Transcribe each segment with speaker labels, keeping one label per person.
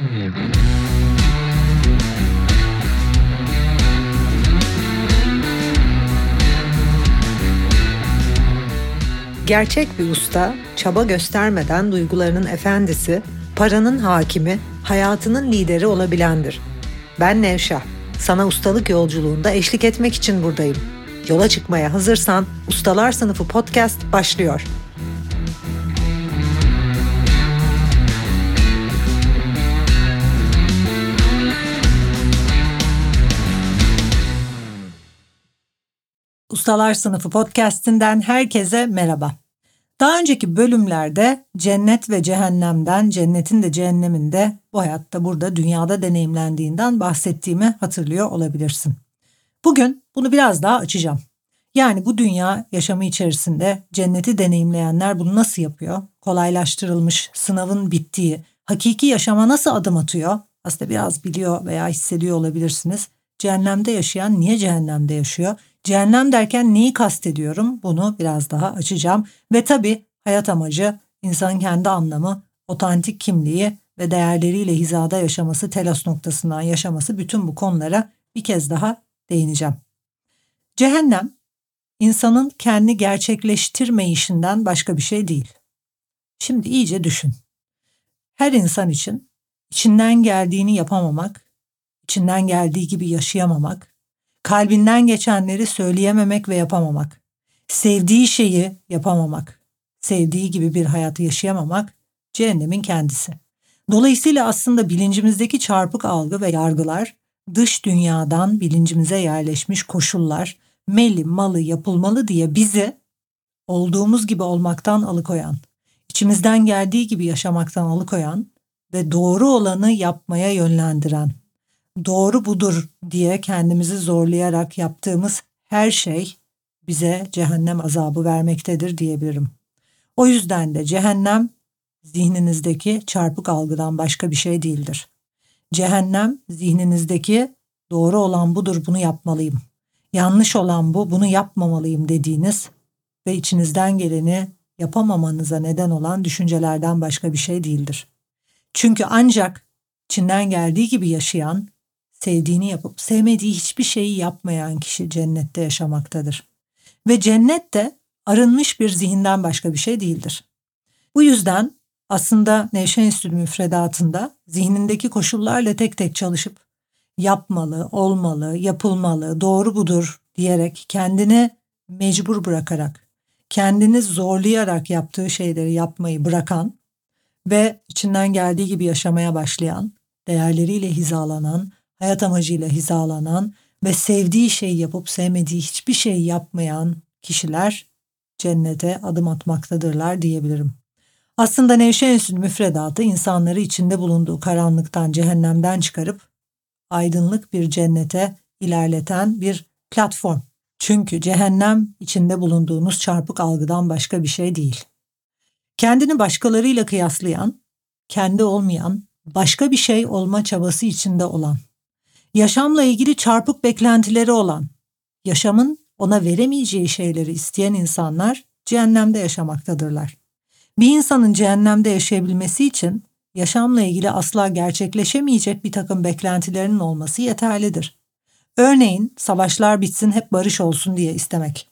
Speaker 1: Gerçek bir usta, çaba göstermeden duygularının efendisi, paranın hakimi, hayatının lideri olabilendir. Ben Nevşah, sana ustalık yolculuğunda eşlik etmek için buradayım. Yola çıkmaya hazırsan Ustalar Sınıfı Podcast başlıyor. Ustalar Sınıfı Podcast'inden herkese merhaba. Daha önceki bölümlerde cennet ve cehennemden, cennetin de cehennemin de bu hayatta burada dünyada deneyimlendiğinden bahsettiğimi hatırlıyor olabilirsin. Bugün bunu biraz daha açacağım. Yani bu dünya yaşamı içerisinde cenneti deneyimleyenler bunu nasıl yapıyor? Kolaylaştırılmış, sınavın bittiği, hakiki yaşama nasıl adım atıyor? Aslında biraz biliyor veya hissediyor olabilirsiniz. Cehennemde yaşayan niye cehennemde yaşıyor? Cehennem derken neyi kastediyorum? Bunu biraz daha açacağım. Ve tabii hayat amacı, insanın kendi anlamı, otantik kimliği ve değerleriyle hizada yaşaması, telos noktasından yaşaması, bütün bu konulara bir kez daha değineceğim. Cehennem, insanın kendi gerçekleştirmeyişinden başka bir şey değil. Şimdi iyice düşün. Her insan için içinden geldiğini yapamamak, içinden geldiği gibi yaşayamamak, kalbinden geçenleri söyleyememek ve yapamamak, sevdiği şeyi yapamamak, sevdiği gibi bir hayatı yaşayamamak cehennemin kendisi. Dolayısıyla aslında bilincimizdeki çarpık algı ve yargılar, dış dünyadan bilincimize yerleşmiş koşullar, meli malı yapılmalı diye bizi olduğumuz gibi olmaktan alıkoyan, içimizden geldiği gibi yaşamaktan alıkoyan ve doğru olanı yapmaya yönlendiren, doğru budur diye kendimizi zorlayarak yaptığımız her şey bize cehennem azabı vermektedir diyebilirim. O yüzden de cehennem zihninizdeki çarpık algıdan başka bir şey değildir. Cehennem zihninizdeki doğru olan budur, bunu yapmalıyım, yanlış olan bu, bunu yapmamalıyım dediğiniz ve içinizden geleni yapamamanıza neden olan düşüncelerden başka bir şey değildir. Çünkü ancak içinden geldiği gibi yaşayan, sevdiğini yapıp sevmediği hiçbir şeyi yapmayan kişi cennette yaşamaktadır. Ve cennet de arınmış bir zihinden başka bir şey değildir. Bu yüzden aslında Nevşehir Enstitüsü müfredatında zihnindeki koşullarla tek tek çalışıp yapmalı, olmalı, yapılmalı, doğru budur diyerek kendini mecbur bırakarak, kendini zorlayarak yaptığı şeyleri yapmayı bırakan ve içinden geldiği gibi yaşamaya başlayan, değerleriyle hizalanan, hayat amacıyla hizalanan ve sevdiği şeyi yapıp sevmediği hiçbir şey yapmayan kişiler cennete adım atmaktadırlar diyebilirim. Aslında Nevşehir Enstitüsü müfredatı insanları içinde bulunduğu karanlıktan, cehennemden çıkarıp aydınlık bir cennete ilerleten bir platform. Çünkü cehennem içinde bulunduğunuz çarpık algıdan başka bir şey değil. Kendini başkalarıyla kıyaslayan, kendi olmayan, başka bir şey olma çabası içinde olan, yaşamla ilgili çarpık beklentileri olan, yaşamın ona veremeyeceği şeyleri isteyen insanlar cehennemde yaşamaktadırlar. Bir insanın cehennemde yaşayabilmesi için yaşamla ilgili asla gerçekleşemeyecek bir takım beklentilerinin olması yeterlidir. Örneğin savaşlar bitsin, hep barış olsun diye istemek.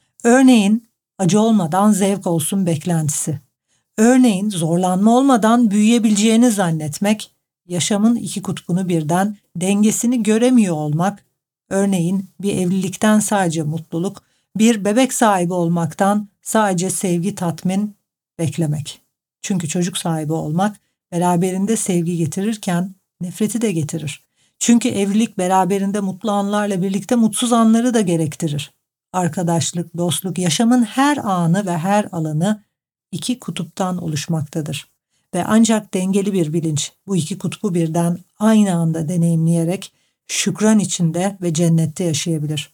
Speaker 1: Örneğin acı olmadan zevk olsun beklentisi. Örneğin zorlanma olmadan büyüyebileceğini zannetmek, yaşamın iki kutbunu birden, dengesini göremiyor olmak, örneğin bir evlilikten sadece mutluluk, bir bebek sahibi olmaktan sadece sevgi, tatmin beklemek. Çünkü çocuk sahibi olmak beraberinde sevgi getirirken nefreti de getirir. Çünkü evlilik beraberinde mutlu anlarla birlikte mutsuz anları da gerektirir. Arkadaşlık, dostluk, yaşamın her anı ve her alanı iki kutuptan oluşmaktadır. Ve ancak dengeli bir bilinç bu iki kutbu birden aynı anda deneyimleyerek şükran içinde ve cennette yaşayabilir.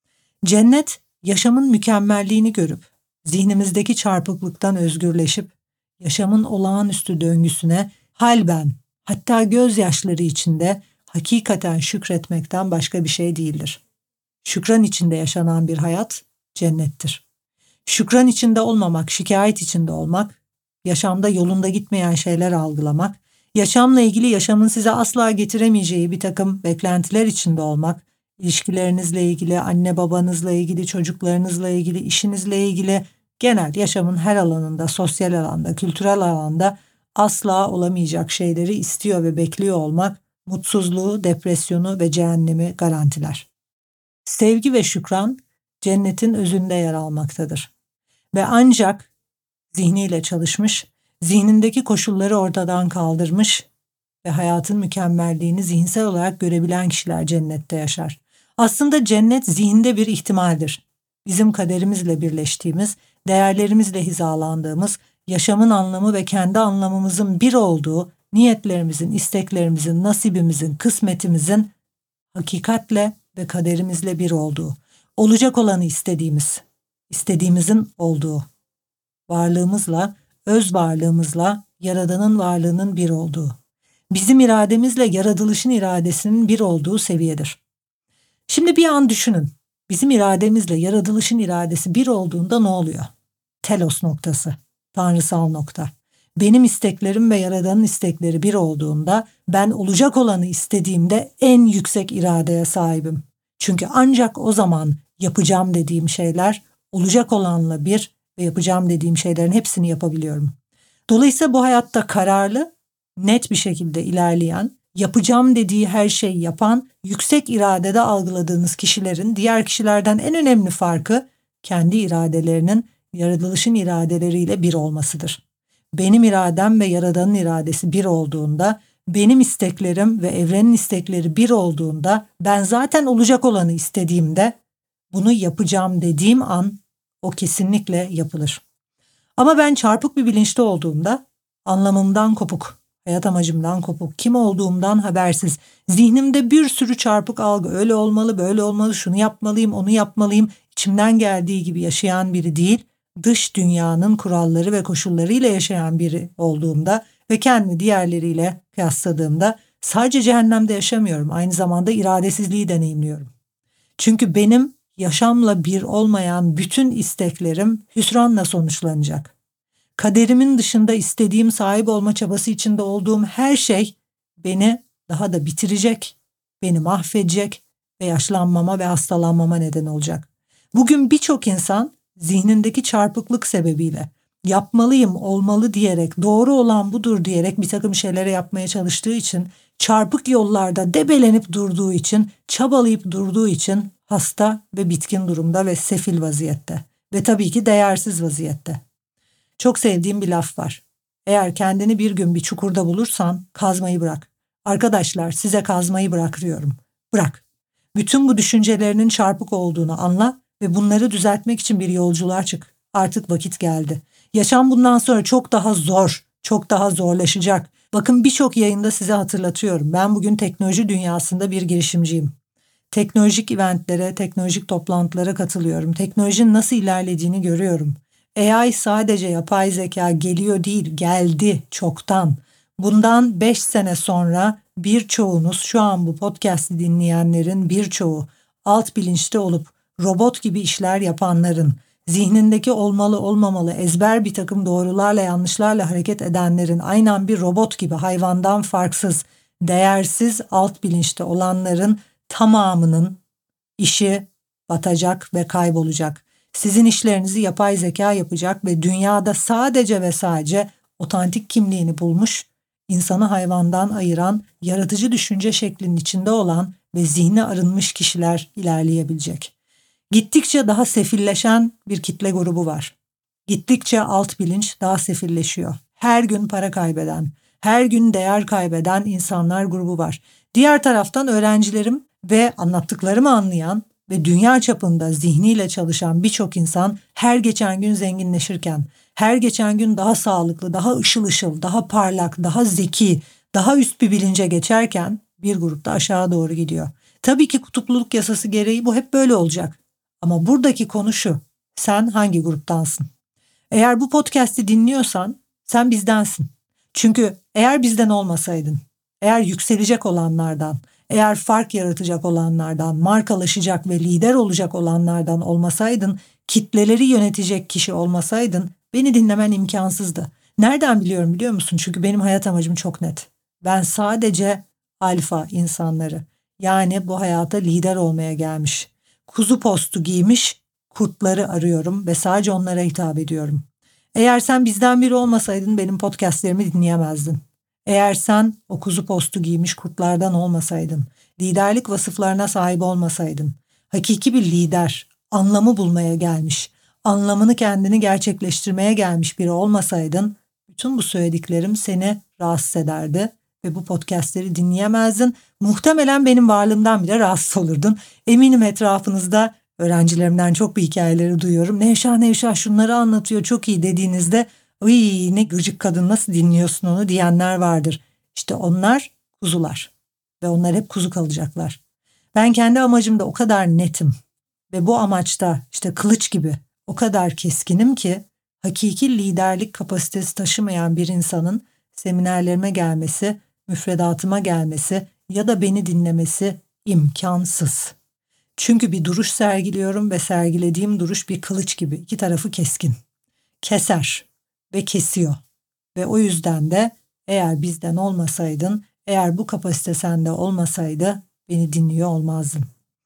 Speaker 1: Cennet, yaşamın mükemmelliğini görüp, zihnimizdeki çarpıklıktan özgürleşip, yaşamın olağanüstü döngüsüne halben, hatta gözyaşları içinde hakikaten şükretmekten başka bir şey değildir. Şükran içinde yaşanan bir hayat cennettir. Şükran içinde olmamak, şikayet içinde olmak, yaşamda yolunda gitmeyen şeyler algılamak, Yaşamla ilgili yaşamın size asla getiremeyeceği bir takım beklentiler içinde olmak, ilişkilerinizle ilgili, anne babanızla ilgili, çocuklarınızla ilgili, işinizle ilgili, genel yaşamın her alanında, sosyal alanda, kültürel alanda asla olamayacak şeyleri istiyor ve bekliyor olmak, mutsuzluğu, depresyonu ve cehennemi garantiler. Sevgi ve şükran cennetin özünde yer almaktadır. Ve ancak zihniyle çalışmış, zihnindeki koşulları ortadan kaldırmış ve hayatın mükemmelliğini zihinsel olarak görebilen kişiler cennette yaşar. Aslında cennet zihinde bir ihtimaldir. Bizim kaderimizle birleştiğimiz, değerlerimizle hizalandığımız, yaşamın anlamı ve kendi anlamımızın bir olduğu, niyetlerimizin, isteklerimizin, nasibimizin, kısmetimizin hakikatle ve kaderimizle bir olduğu, olacak olanı istediğimizin olduğu, varlığımızla, öz varlığımızla Yaradan'ın varlığının bir olduğu, bizim irademizle yaratılışın iradesinin bir olduğu seviyedir. Şimdi bir an düşünün, bizim irademizle yaratılışın iradesi bir olduğunda ne oluyor? Telos noktası, tanrısal nokta. Benim isteklerim ve Yaradan'ın istekleri bir olduğunda ben olacak olanı istediğimde en yüksek iradeye sahibim. Çünkü ancak o zaman yapacağım dediğim şeyler olacak olanla bir ve yapacağım dediğim şeylerin hepsini yapabiliyorum. Dolayısıyla bu hayatta kararlı, net bir şekilde ilerleyen, yapacağım dediği her şeyi yapan, yüksek iradede algıladığınız kişilerin diğer kişilerden en önemli farkı kendi iradelerinin yaratılışın iradeleriyle bir olmasıdır. Benim iradem ve Yaradan'ın iradesi bir olduğunda, benim isteklerim ve evrenin istekleri bir olduğunda, ben zaten olacak olanı istediğimde, bunu yapacağım dediğim an o kesinlikle yapılır. Ama ben çarpık bir bilinçte olduğumda, anlamımdan kopuk, hayat amacımdan kopuk, kim olduğumdan habersiz, zihnimde bir sürü çarpık algı, öyle olmalı, böyle olmalı, şunu yapmalıyım, onu yapmalıyım, içimden geldiği gibi yaşayan biri değil, dış dünyanın kuralları ve koşullarıyla yaşayan biri olduğumda ve kendimi diğerleriyle kıyasladığımda sadece cehennemde yaşamıyorum, aynı zamanda iradesizliği deneyimliyorum. Çünkü benim yaşamla bir olmayan bütün isteklerim hüsranla sonuçlanacak. Kaderimin dışında istediğim sahip olma çabası içinde olduğum her şey beni daha da bitirecek, beni mahvedecek ve yaşlanmama ve hastalanmama neden olacak. Bugün birçok insan zihnindeki çarpıklık sebebiyle yapmalıyım, olmalı diyerek, doğru olan budur diyerek bir takım şeylere yapmaya çalıştığı için, çarpık yollarda debelenip durduğu için, çabalayıp durduğu için hasta ve bitkin durumda ve sefil vaziyette ve tabii ki değersiz vaziyette. Çok sevdiğim bir laf var. Eğer kendini bir gün bir çukurda bulursan kazmayı bırak. Arkadaşlar size kazmayı bırakıyorum. Bırak. Bütün bu düşüncelerinin çarpık olduğunu anla ve bunları düzeltmek için bir yolculuğa çık. Artık vakit geldi. Yaşam bundan sonra çok daha zor, çok daha zorlaşacak. Bakın birçok yayında size hatırlatıyorum. Ben bugün teknoloji dünyasında bir girişimciyim. Teknolojik eventlere, teknolojik toplantılara katılıyorum. Teknolojinin nasıl ilerlediğini görüyorum. AI sadece yapay zeka geliyor değil, geldi çoktan. Bundan 5 sene sonra birçoğunuz, şu an bu podcast'i dinleyenlerin birçoğu alt bilinçte olup robot gibi işler yapanların, zihnindeki olmalı olmamalı ezber bir takım doğrularla yanlışlarla hareket edenlerin, aynen bir robot gibi hayvandan farksız, değersiz alt bilinçte olanların tamamının işi batacak ve kaybolacak. Sizin işlerinizi yapay zeka yapacak ve dünyada sadece ve sadece otantik kimliğini bulmuş, insanı hayvandan ayıran, yaratıcı düşünce şeklinin içinde olan ve zihni arınmış kişiler ilerleyebilecek. Gittikçe daha sefilleşen bir kitle grubu var. Gittikçe alt bilinç daha sefilleşiyor. Her gün para kaybeden, her gün değer kaybeden insanlar grubu var. Diğer taraftan öğrencilerim ve anlattıklarımı anlayan ve dünya çapında zihniyle çalışan birçok insan her geçen gün zenginleşirken, her geçen gün daha sağlıklı, daha ışıl ışıl, daha parlak, daha zeki, daha üst bir bilince geçerken bir grupta aşağı doğru gidiyor. Tabii ki kutupluluk yasası gereği bu hep böyle olacak. Ama buradaki konu şu, sen hangi gruptansın? Eğer bu podcast'i dinliyorsan sen bizdensin. Çünkü eğer bizden olmasaydın, eğer yükselecek olanlardan, eğer fark yaratacak olanlardan, markalaşacak ve lider olacak olanlardan olmasaydın, kitleleri yönetecek kişi olmasaydın beni dinlemen imkansızdı. Nereden biliyorum biliyor musun? Çünkü benim hayat amacım çok net. Ben sadece alfa insanları, yani bu hayata lider olmaya gelmiş, kuzu postu giymiş kurtları arıyorum ve sadece onlara hitap ediyorum. Eğer sen bizden biri olmasaydın benim podcastlerimi dinleyemezdin. Eğer sen o kuzu postu giymiş kurtlardan olmasaydın, liderlik vasıflarına sahip olmasaydın, hakiki bir lider, anlamı bulmaya gelmiş, anlamını kendini gerçekleştirmeye gelmiş biri olmasaydın, bütün bu söylediklerim seni rahatsız ederdi ve bu podcastleri dinleyemezdin. Muhtemelen benim varlığımdan bile rahatsız olurdun. Eminim etrafınızda öğrencilerimden çok bir hikayeleri duyuyorum. Nevşah şunları anlatıyor çok iyi dediğinizde "Iy, ne gıcık kadın, nasıl dinliyorsun onu" diyenler vardır. İşte onlar kuzular ve onlar hep kuzu kalacaklar. Ben kendi amacımda o kadar netim ve bu amaçta işte kılıç gibi o kadar keskinim ki hakiki liderlik kapasitesi taşımayan bir insanın seminerlerime gelmesi, müfredatıma gelmesi ya da beni dinlemesi imkansız. Çünkü bir duruş sergiliyorum ve sergilediğim duruş bir kılıç gibi, iki tarafı keskin. Keser ve kesiyor. Ve o yüzden de eğer bizden olmasaydın, eğer bu kapasite sende olmasaydı beni dinliyor olmazdın.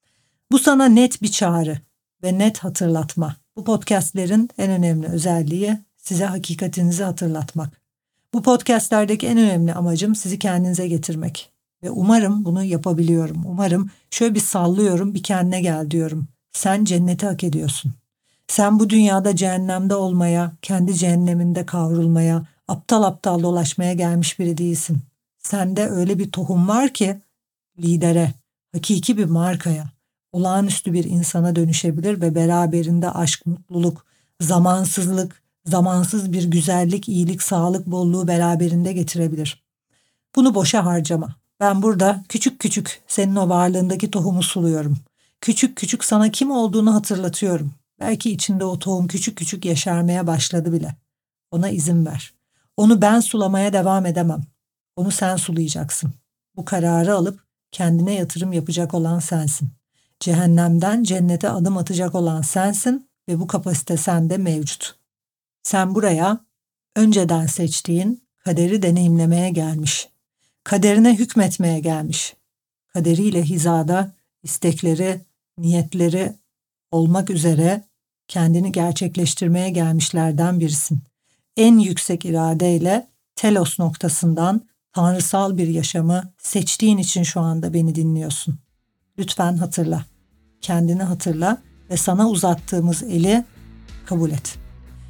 Speaker 1: Bu sana net bir çağrı ve net hatırlatma. Bu podcastlerin en önemli özelliği size hakikatinizi hatırlatmak. Bu podcastlerdeki en önemli amacım sizi kendinize getirmek. Ve umarım bunu yapabiliyorum. Umarım şöyle bir sallıyorum, bir kendine gel diyorum. Sen cenneti hak ediyorsun. Sen bu dünyada cehennemde olmaya, kendi cehenneminde kavrulmaya, aptal aptal dolaşmaya gelmiş biri değilsin. Sende öyle bir tohum var ki lidere, hakiki bir markaya, olağanüstü bir insana dönüşebilir ve beraberinde aşk, mutluluk, zamansızlık, zamansız bir güzellik, iyilik, sağlık, bolluğu beraberinde getirebilir. Bunu boşa harcama. Ben burada küçük küçük senin o varlığındaki tohumu suluyorum. Küçük küçük sana kim olduğunu hatırlatıyorum. Belki içinde o tohum küçük küçük yeşermeye başladı bile. Ona izin ver. Onu ben sulamaya devam edemem. Onu sen sulayacaksın. Bu kararı alıp kendine yatırım yapacak olan sensin. Cehennemden cennete adım atacak olan sensin ve bu kapasite sende mevcut. Sen buraya önceden seçtiğin kaderi deneyimlemeye gelmiş. Kaderine hükmetmeye gelmiş. Kaderiyle hizada istekleri, niyetleri olmak üzere kendini gerçekleştirmeye gelmişlerden birisin. En yüksek iradeyle telos noktasından tanrısal bir yaşamı seçtiğin için şu anda beni dinliyorsun. Lütfen hatırla. Kendini hatırla ve sana uzattığımız eli kabul et.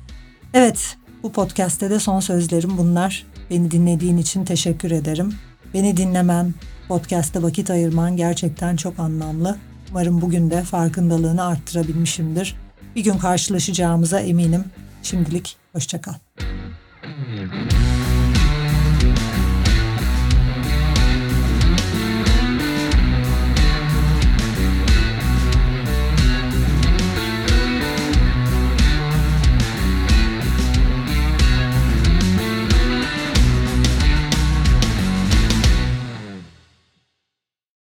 Speaker 1: Evet, bu podcast'te de son sözlerim bunlar. Beni dinlediğin için teşekkür ederim. Beni dinlemen, podcast'te vakit ayırman gerçekten çok anlamlı. Umarım bugün de farkındalığını arttırabilmişimdir. Bir gün karşılaşacağımıza eminim. Şimdilik hoşça kal.